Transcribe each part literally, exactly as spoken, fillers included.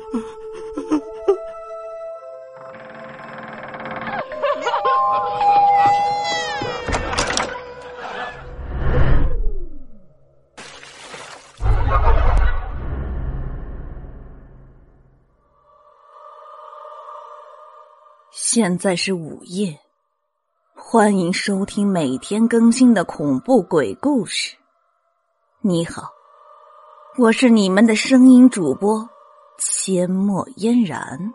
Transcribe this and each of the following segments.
现在是午夜，欢迎收听每天更新的恐怖鬼故事。你好，我是你们的声音主播阡陌嫣然。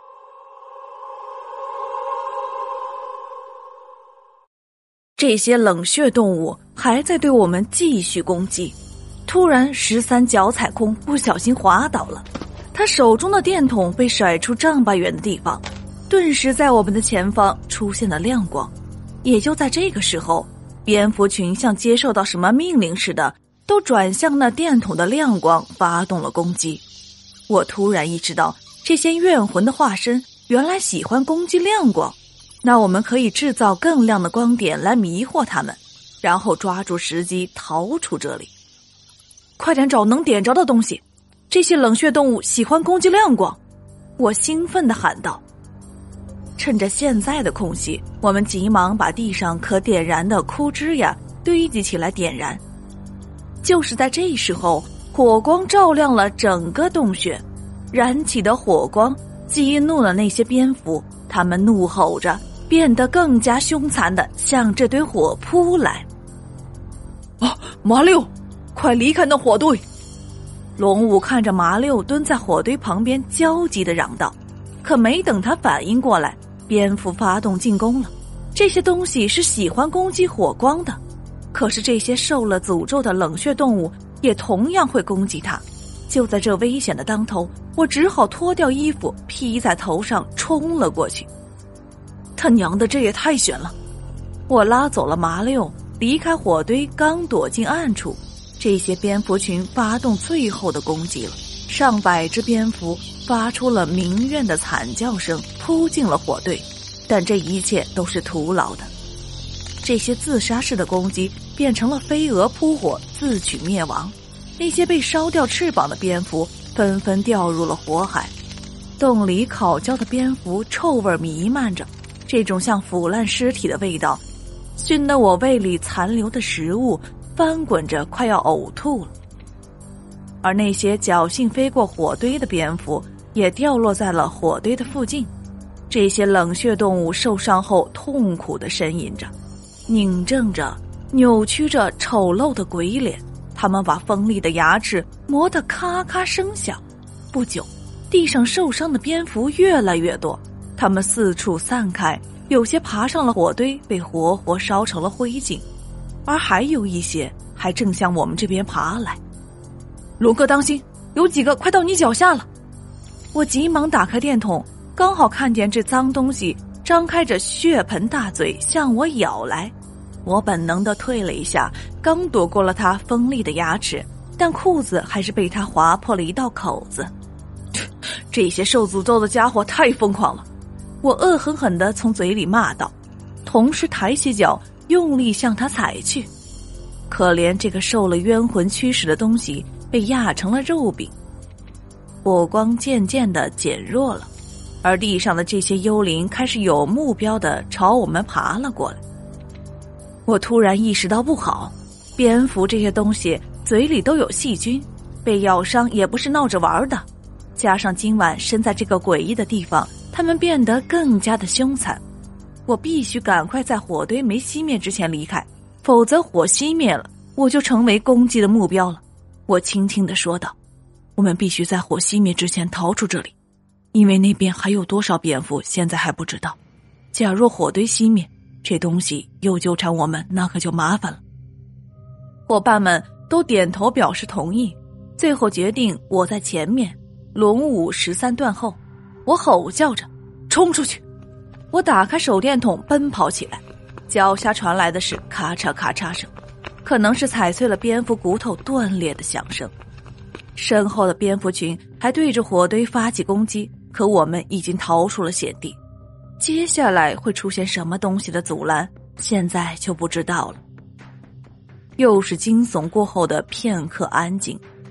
这些冷血动物还在对我们继续攻击，突然十三脚踩空，不小心滑倒了，他手中的电筒被甩出丈八远的地方，顿时在我们的前方出现了亮光。也就在这个时候，蝙蝠群像接受到什么命令似的，都转向那电筒的亮光发动了攻击。我突然意识到，这些怨魂的化身原来喜欢攻击亮光，那我们可以制造更亮的光点来迷惑他们，然后抓住时机逃出这里。快点找能点着的东西，这些冷血动物喜欢攻击亮光，我兴奋地喊道。趁着现在的空隙，我们急忙把地上可点燃的枯枝呀堆积起来点燃。就是在这时候，火光照亮了整个洞穴，燃起的火光激怒了那些蝙蝠，它们怒吼着，变得更加凶残地向这堆火扑来。啊，麻六，快离开那火堆！龙五看着麻六蹲在火堆旁边焦急地嚷道，可没等他反应过来，蝙蝠发动进攻了。这些东西是喜欢攻击火光的，可是这些受了诅咒的冷血动物也同样会攻击它。就在这危险的当头，我只好脱掉衣服披在头上冲了过去。他娘的，这也太悬了！我拉走了麻六，离开火堆，刚躲进暗处，这些蝙蝠群发动最后的攻击了。上百只蝙蝠发出了鸣怨的惨叫声，扑进了火堆，但这一切都是徒劳的。这些自杀式的攻击变成了飞蛾扑火，自取灭亡。那些被烧掉翅膀的蝙蝠纷纷掉入了火海，洞里烤焦的蝙蝠臭味弥漫着，这种像腐烂尸体的味道熏得我胃里残留的食物翻滚着，快要呕吐了。而那些侥幸飞过火堆的蝙蝠也掉落在了火堆的附近。这些冷血动物受伤后痛苦地呻吟着，拧正着扭曲着丑陋的鬼脸，他们把锋利的牙齿磨得咔咔声响。不久，地上受伤的蝙蝠越来越多，它们四处散开，有些爬上了火堆，被活活烧成了灰烬，而还有一些还正向我们这边爬来。龙哥当心，有几个快到你脚下了！我急忙打开电筒，刚好看见这脏东西张开着血盆大嘴向我咬来。我本能地退了一下，刚躲过了它锋利的牙齿，但裤子还是被它划破了一道口子。这些受诅咒的家伙太疯狂了！我恶狠狠地从嘴里骂道，同时抬起脚用力向它踩去。可怜这个受了冤魂驱使的东西被压成了肉饼，火光渐渐地减弱了，而地上的这些幽灵开始有目标地朝我们爬了过来。我突然意识到不好，蝙蝠这些东西嘴里都有细菌，被咬伤也不是闹着玩的，加上今晚身在这个诡异的地方，它们变得更加的凶残。我必须赶快在火堆没熄灭之前离开，否则火熄灭了，我就成为攻击的目标了。我轻轻地说道，我们必须在火熄灭之前逃出这里，因为那边还有多少蝙蝠现在还不知道。假若火堆熄灭，这东西又纠缠我们，那可就麻烦了。伙伴们都点头表示同意，最后决定我在前面，龙五十三段后。我吼叫着冲出去，我打开手电筒奔跑起来，脚下传来的是咔嚓咔嚓声，可能是踩碎了蝙蝠骨头断裂的响声。身后的蝙蝠群还对着火堆发起攻击，可我们已经逃出了险地。接下来会出现什么东西的阻拦，现在就不知道了。又是惊悚过后的片刻安静，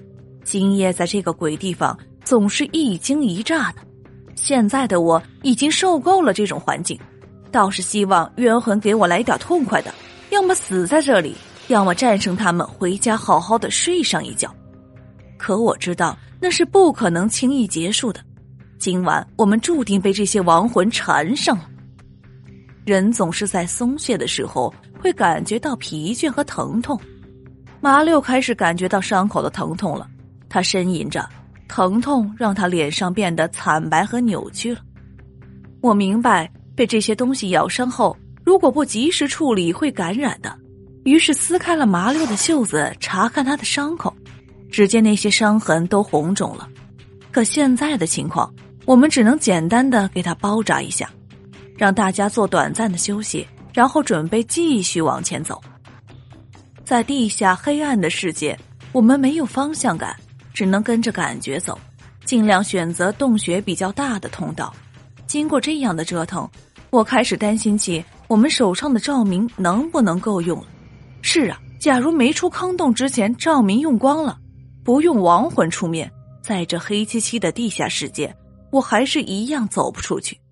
今夜在这个鬼地方总是一惊一乍的，现在的我已经受够了这种环境，倒是希望冤魂给我来点痛快的，要么死在这里，要么战胜他们回家好好的睡上一觉。可我知道那是不可能轻易结束的，今晚我们注定被这些亡魂缠上了。人总是在松懈的时候会感觉到疲倦和疼痛，马六开始感觉到伤口的疼痛了，他呻吟着，疼痛让他脸上变得惨白和扭曲了。我明白被这些东西咬伤后，如果不及时处理会感染的，于是撕开了马六的袖子查看他的伤口，只见那些伤痕都红肿了。可现在的情况，我们只能简单的给他包扎一下，让大家做短暂的休息，然后准备继续往前走。在地下黑暗的世界，我们没有方向感，只能跟着感觉走，尽量选择洞穴比较大的通道。经过这样的折腾，我开始担心起我们手上的照明能不能够用了。是啊，假如没出坑洞之前照明用光了，不用亡魂出面，在这黑漆漆的地下世界，我还是一样走不出去。